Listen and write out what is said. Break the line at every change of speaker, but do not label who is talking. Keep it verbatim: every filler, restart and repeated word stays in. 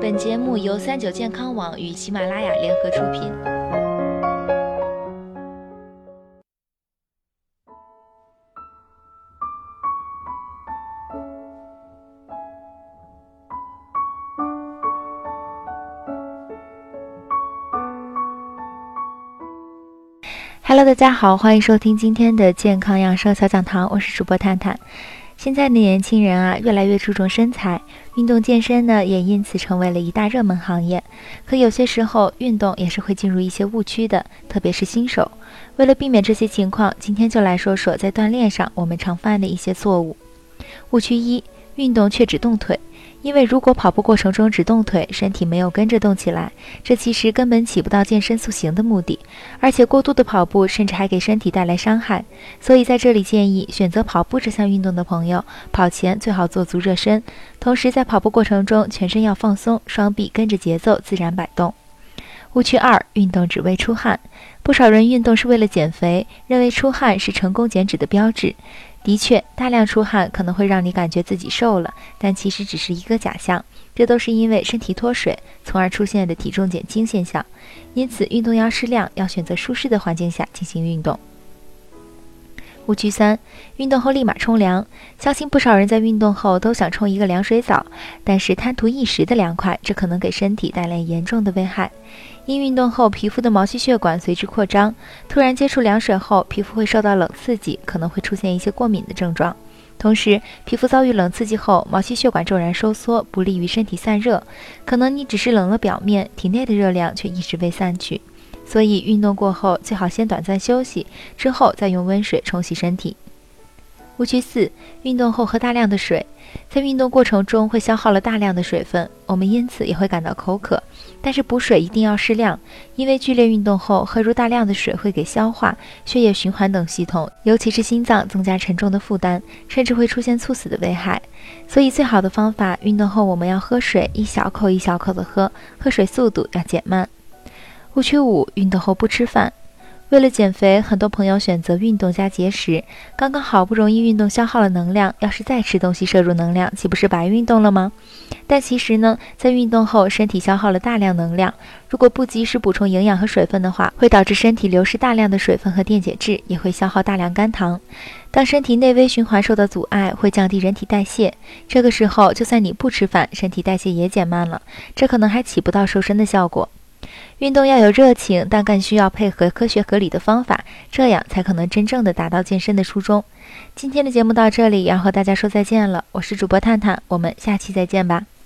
本节目由三九健康网与喜马拉雅联合出品。Hello， 大家好，欢迎收听今天的健康养生小讲堂，我是主播探探。现在的年轻人啊，越来越注重身材，运动健身呢，也因此成为了一大热门行业。可有些时候，运动也是会进入一些误区的，特别是新手。为了避免这些情况，今天就来说说在锻炼上我们常犯的一些错误。误区一：运动却只动腿。因为如果跑步过程中只动腿，身体没有跟着动起来，这其实根本起不到健身塑形的目的，而且过度的跑步甚至还给身体带来伤害。所以在这里建议选择跑步这项运动的朋友，跑前最好做足热身，同时在跑步过程中全身要放松，双臂跟着节奏自然摆动。误区二：运动只为出汗。不少人运动是为了减肥，认为出汗是成功减脂的标志。的确，大量出汗可能会让你感觉自己瘦了，但其实只是一个假象，这都是因为身体脱水，从而出现的体重减轻现象。因此，运动要适量，要选择舒适的环境下进行运动。误区三：运动后立马冲凉。相信不少人在运动后都想冲一个凉水澡，但是贪图一时的凉快，这可能给身体带来严重的危害。因运动后皮肤的毛细血管随之扩张，突然接触凉水后，皮肤会受到冷刺激，可能会出现一些过敏的症状。同时，皮肤遭遇冷刺激后，毛细血管骤然收缩，不利于身体散热，可能你只是冷了表面，体内的热量却一直未散去。所以运动过后最好先短暂休息，之后再用温水冲洗身体。误区四：运动后喝大量的水。在运动过程中会消耗了大量的水分，我们因此也会感到口渴，但是补水一定要适量，因为剧烈运动后喝入大量的水会给消化、血液循环等系统，尤其是心脏增加沉重的负担，甚至会出现猝死的危害。所以最好的方法，运动后我们要喝水，一小口一小口的喝，喝水速度要减慢。误区五：运动后不吃饭。为了减肥，很多朋友选择运动加节食，刚刚好不容易运动消耗了能量，要是再吃东西摄入能量，岂不是白运动了吗？但其实呢，在运动后身体消耗了大量能量，如果不及时补充营养和水分的话，会导致身体流失大量的水分和电解质，也会消耗大量肝糖。当身体内微循环受到阻碍，会降低人体代谢，这个时候就算你不吃饭，身体代谢也减慢了，这可能还起不到瘦身的效果。运动要有热情，但更需要配合科学合理的方法，这样才可能真正的达到健身的初衷。今天的节目到这里，要和大家说再见了，我是主播探探，我们下期再见吧。